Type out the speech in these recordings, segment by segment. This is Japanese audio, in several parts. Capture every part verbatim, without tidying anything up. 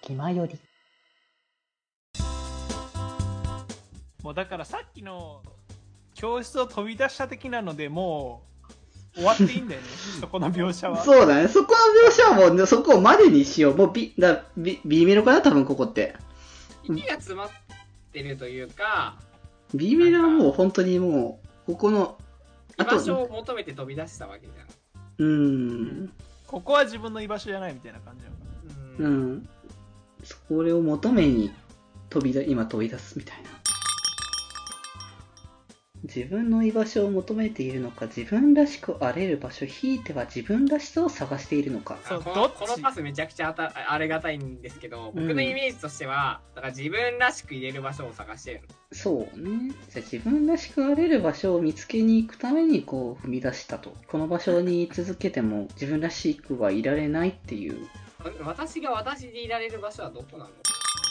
気まより。 もうだからさっきの教室を飛び出した的なのでもう終わっていいんだよねそこの描写は。 そうだね。そこの描写はもう、そこをまでにしよう。もう B、だ B、B メロかな多分ここって。 息が詰まってるというか、 B メロはもう本当にもう、ここの、 居場所を求めて飛び出したわけじゃん。 うーん。 ここは自分の居場所じゃないみたいな感じなのかな。うん。うん。それを求めに飛びだ、今飛び出すみたいな。自分の居場所を求めているのか、自分らしくあれる場所、ひいては自分らしさを探しているのか。 そうこの、このパスめちゃくちゃあたありがたいんですけど、僕のイメージとしては、うん、だから自分らしく入れる場所を探してるの。 そうね。じゃあ自分らしくあれる場所を見つけに行くためにこう踏み出したと。この場所に居続けても自分らしくはいられないっていう。 私が私でいられる場所はどこなの？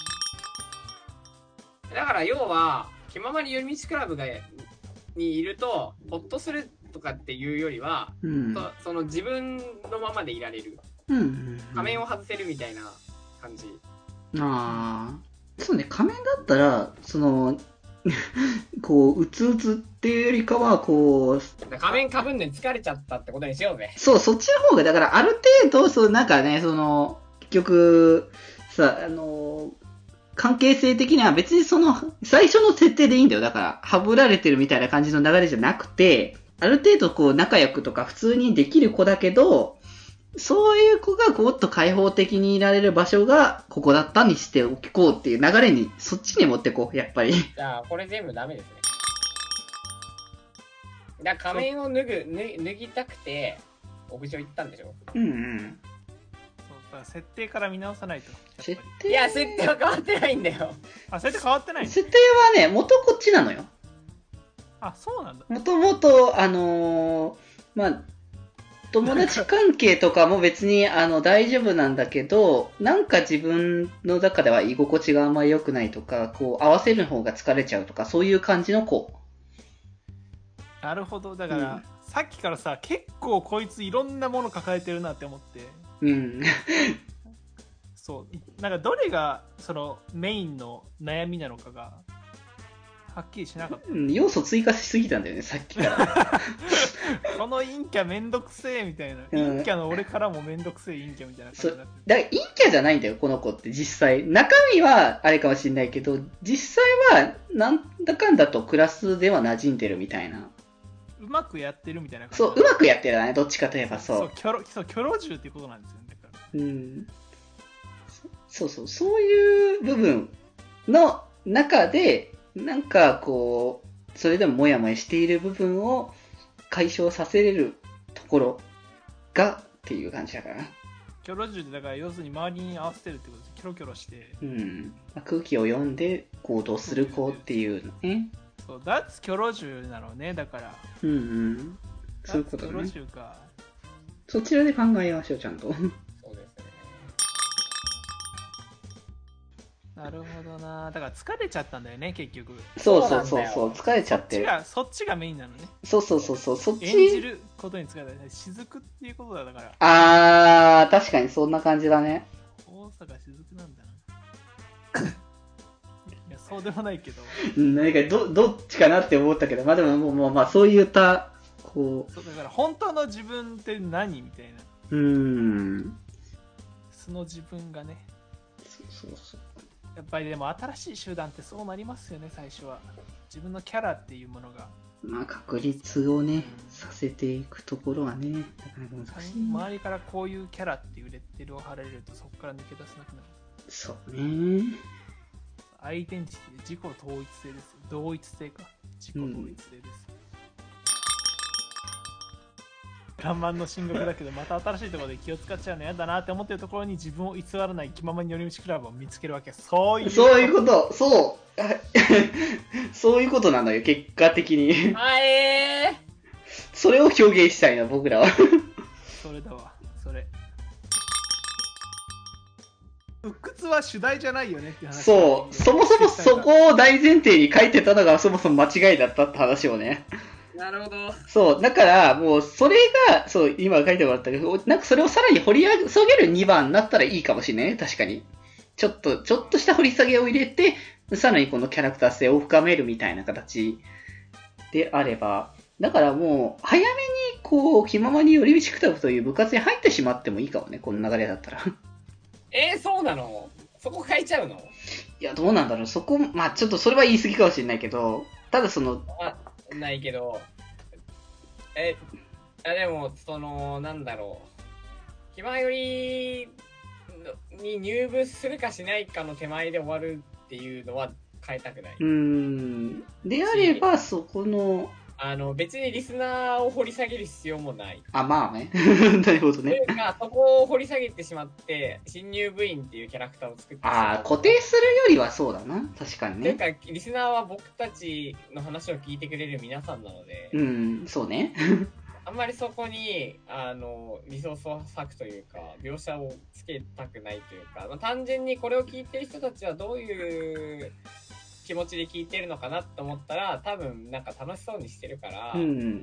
だから要は、気ままに寄り道クラブがにいるとホッとするとかっていうよりは、うん、そ, その自分のままでいられる、うんうんうん、仮面を外せるみたいな感じ。 ああ、そうね。仮面だったらそのこううつうつっていうよりかはこう仮面かぶんで疲れちゃったってことにしようぜ。 そう、そっちの方がだからある程度そうなんかね、その結局さあの関係性的には別にその最初の設定でいいんだよ。だからはぶられてるみたいな感じの流れじゃなくて、ある程度こう仲良くとか普通にできる子だけど、そういう子がもっと開放的にいられる場所がここだったにしておこうっていう流れにそっちに持ってこう、やっぱり。 じゃあこれ全部ダメですね。だから仮面を脱ぐ脱脱ぎたくて屋上行ったんでしょ。 うんうん。 設定から見直さないと。 設定いや、設定は変わってないんだよ。 あ、設定変わってないの？ 設定はね、元こっちなのよ。 あ、そうなんだ。 もともと、あのー、まあ、友達関係とかも別にあの大丈夫なんだけど、なんか自分の中では居心地があんまり良くないとか、こう合わせる方が疲れちゃうとか、そういう感じの子。 なるほど。だから、うん、さっきからさ、結構こいついろんなもの抱えてるなって思って。 うん、 そうなんかどれがそのメインの悩みなのかがはっきりしなかった、 うん、要素追加しすぎたんだよねさっきからこの陰キャめんどくせえみたいな、うん、陰キャの俺からもめんどくせえ陰キャみたいな感じになってる。 だから陰キャじゃないんだよこの子って実際。中身はあれかもしれないけど実際はなんだかんだとクラスでは馴染んでるみたいな。 うまくやってるみたいな感じ。 そう、うまくやってるね。どっちかといえばそう。 そう、キョロ、そう、キョロ銃っていうことなんですよね。だから。 うん。そうそう、そういう部分の中で、なんかこう、それでもモヤモヤしている部分を解消させれるところがっていう感じだから。 キョロ銃ってだから要するに周りに合わせてるってことです。キョロキョロして。 うん。まあ、空気を読んで行動する子っていうのね。 そう、脱キョロ銃なのね、だから。 うんうん。そういうことね。 キョロ銃か。 そちらで考えましょう、ちゃんと。そうですね。 なるほどな。だから疲れちゃったんだよね、結局。 そうそうそうそう、疲れちゃってる。 そっちが、そっちがメインなのね。 そうそうそうそう、そっち。 演じることに疲れたね。雫っていうことだ、だから。 あー、確かにそんな感じだね。 大阪雫なんだな。そうでもないけど。 何かどどっちかなって思ったけど、まあでももう、もうまあそういったこう。 そうだから本当の自分って何みたいな。 うーん。 素の自分がね。 そうそうそう。 やっぱりでも新しい集団ってそうなりますよね最初は。自分のキャラっていうものが。 まあ確立をね、うん、させていくところはね、なかなか難しい。 周りからこういうキャラっていうレッテルを貼られるとそこから抜け出せなくなる。 そうね。 アイデンティティ、自己統一性ですよ。同一性か。自己統一性です。看板の進学だけど、また新しいところで気を使っちゃうの嫌だなって思ってるところに自分を偽らない気ままに寄り道クラブを見つけるわけ。そういうこと。 そういうこと。そう。そういうことなのよ、結果的に。 あえー。 それを表現したいの、僕らは。 それだわ、それ。鬱屈は主題じゃないよねっていう話。 そう、そもそもそこを大前提に書いてたのがそもそも間違いだったって話をね。 なるほど。 そう、だからもうそれが、そう、今書いてもらったけど、なんかそれをさらに掘り上げるにばんになったらいいかもしれないね、確かに。 ちょっと、ちょっとした掘り下げを入れて、さらにこのキャラクター性を深めるみたいな形であれば、だからもう、早めにこう、気ままに寄り道クラブという部活に入ってしまってもいいかもね、この流れだったら。 えー、そうなの？そこ変えちゃうの？ いや、どうなんだろう。そこ、まあちょっとそれは言い過ぎかもしれないけど、ただその、 あ、ないけど、え、あでも、その、なんだろう。気まよりに入部するかしないかの手前で終わるっていうのは変えたくない。 うーん。であれば、そこの、 あの、別にリスナーを掘り下げる必要もない。 あ、まあね。なるほどね。 というか、そこを掘り下げてしまって、新入部員っていうキャラクターを作ってしまう。 ああ、固定するよりはそうだな。確かにね。 というか、リスナーは僕たちの話を聞いてくれる皆さんなので、 うん、そうね。 あんまりそこに、あの、リソースを割くというか、描写をつけたくないというか、まあ、単純にこれを聞いてる人たちはどういう気持ちで聞いてるのかなって思ったら、多分なんか楽しそうにしてるから、 うん、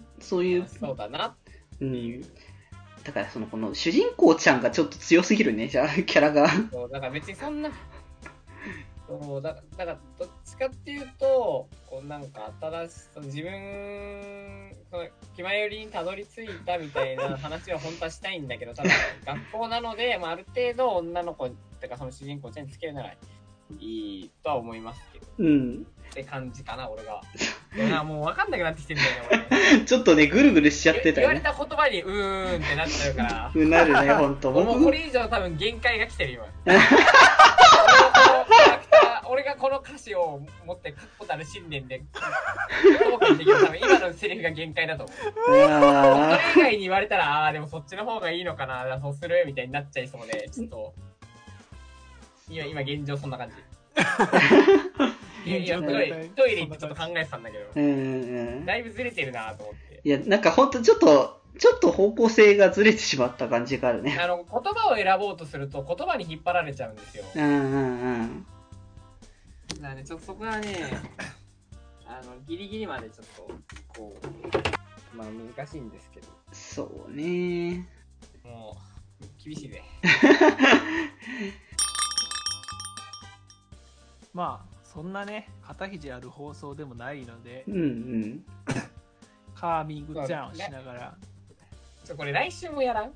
そういう。 楽しそうだなっていう。うん、 だからそのこの主人公ちゃんがちょっと強すぎるね、じゃあキャラが。 そうだから別にそんな、そうだだからどっちかっていうと、こうなんか新しいその自分その気まよりにたどり着いたみたいな話は本当はしたいんだけど、ただ学校なので、まあ、ある程度女の子ってかその主人公ちゃんにつけるならいいとは思いますけど、 うん、 って感じかな俺が。でもなもう分かんなくなってきてるんだよね俺ね。 ちょっとねぐるぐるしちゃってたよね。 言われた言葉にうーんってなっちゃうから。 うなるね本当。 もうこれ以上多分限界が来てる今。俺がこの歌詞を持って確固たる信念で評価できる多分今のセリフが限界だと思う。それ以外に言われたらああでもそっちの方がいいのかなそうするみたいになっちゃいそうでちょっと今今現状そんな感じ。いやいやトイレトイレ行ってちょっと考えてたんだけど、うん、だいぶずれてるなと思って。 いやなんかほんとちょっとちょっと方向性がずれてしまった感じがあるね。 あの言葉を選ぼうとすると言葉に引っ張られちゃうんですよ。 うんうんうん。 だからね、ちょっとそこはね、あのギリギリまでちょっとこうまあ難しいんですけど。 そうね。 もう厳しいね。 まあそんなね肩肘ある放送でもないので、 うんうん。 カーミングちゃんをしながら。 ちょこれ来週もやらん？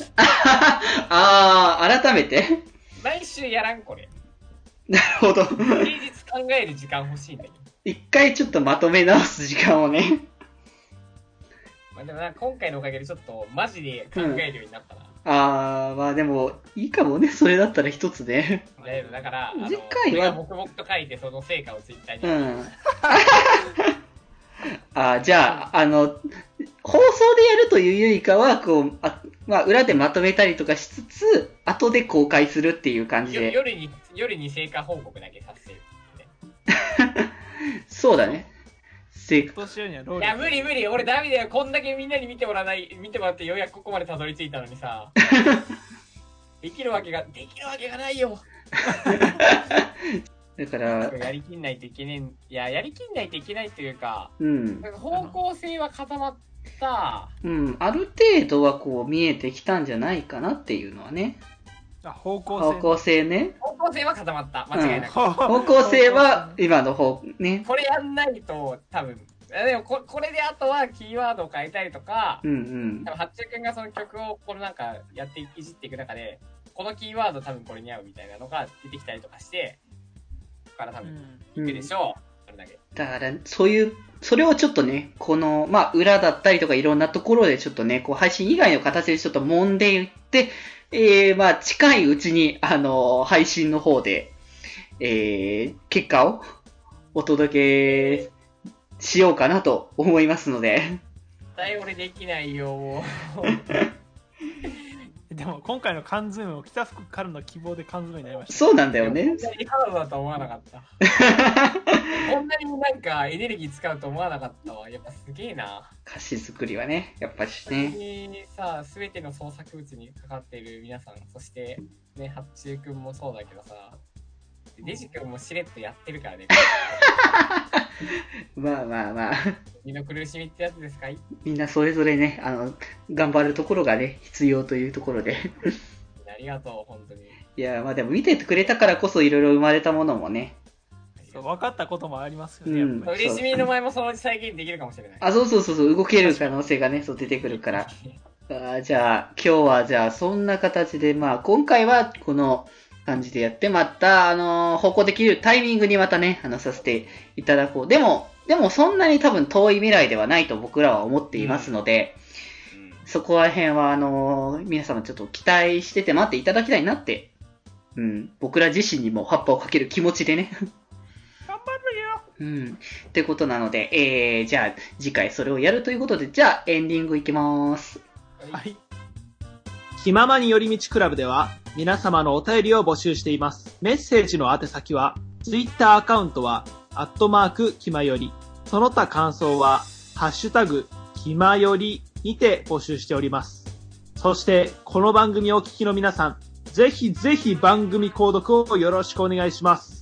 ああ改めて。 来週やらんこれ。 なるほど。 平日考える時間欲しいんだけど。 一回ちょっとまとめ直す時間をね。 まあでもな今回のおかげでちょっとマジで考えるようになったな。 うん、ああまあでもいいかもねそれだったら一つね。 だから次回は黙々と書いてその成果をツイッターに。 うん。あじゃああの放送でやるというよりかはこうあまあ裏でまとめたりとかしつつ後で公開するっていう感じで。 夜に夜に成果報告だけさせる、 ね。そうだね。 成果。いや無理無理俺ダメだよこんだけみんなに見てもらわない見てもらってようやくここまでたどり着いたのにさできるわけができるわけがないよ。 だからやりきんないといけねえいややりきんないといけないというか、 うん、 方向性は固まった、 うん、ある程度はこう見えてきたんじゃないかなっていうのはね。 あ方向性方向性ね。 方向性は固まった間違いなく、 うん、方向性は今の方ね。 これやんないと多分でも こ, これであとはキーワードを変えたりとか、 うんうん、 多分八中君がその曲をこのなんかやっていじっていく中でこのキーワード多分これに合うみたいなのが出てきたりとかしてここから多分いくでしょう、うん、あれだけだからそういうそれをちょっとねこのまあ裏だったりとかいろんなところでちょっとねこう配信以外の形でちょっと揉んでいってえー、まあ近いうちにあの配信の方でえー、結果をお届けしようかなと思いますので。 絶対俺できないよ。 でも今回の缶詰を北福からの希望で缶詰になりました。 そうなんだよね。 こんなにハードだと思わなかった。こんなになんかエネルギー使うと思わなかったわ。やっぱすげえな。 歌詞作りはね、やっぱしね。 さ、すべての創作物にかかっている皆さん、そしてね、八中くんもそうだけどさ、デジ君もしれっとやってるからね。 まあまあまあ。 身の苦しみってやつですかい？ みんなそれぞれね、あの、頑張るところがね、必要というところで。 ありがとう、本当に。 いや、まあでも見てくれたからこそいろいろ生まれたものもね。 そう分かったこともありますよね。 うん、 嬉しみの前もそのうち再現できるかもしれない。 あ、そうそうそうそう、動ける可能性がね、そう出てくるから。あじゃあ、今日はじゃあそんな形で、まあ今回はこの感じでやって、また、あのー、方向できるタイミングにまたね、あの、させていただこう。でも、でもそんなに多分遠い未来ではないと僕らは思っていますので、うんうん、そこら辺は、あのー、皆様ちょっと期待してて待っていただきたいなって、うん、僕ら自身にも葉っぱをかける気持ちでね。 頑張るよ。 うん。ってことなので、えー、じゃあ次回それをやるということで、じゃあエンディングいきまーす。 はい。気ままに寄り道クラブでは皆様のお便りを募集しています。メッセージの宛先は、ツイッターアカウントは、アットマーク気まより。その他感想は、ハッシュタグ、気まよりにて募集しております。そして、この番組をお聞きの皆さん、ぜひぜひ番組購読をよろしくお願いします。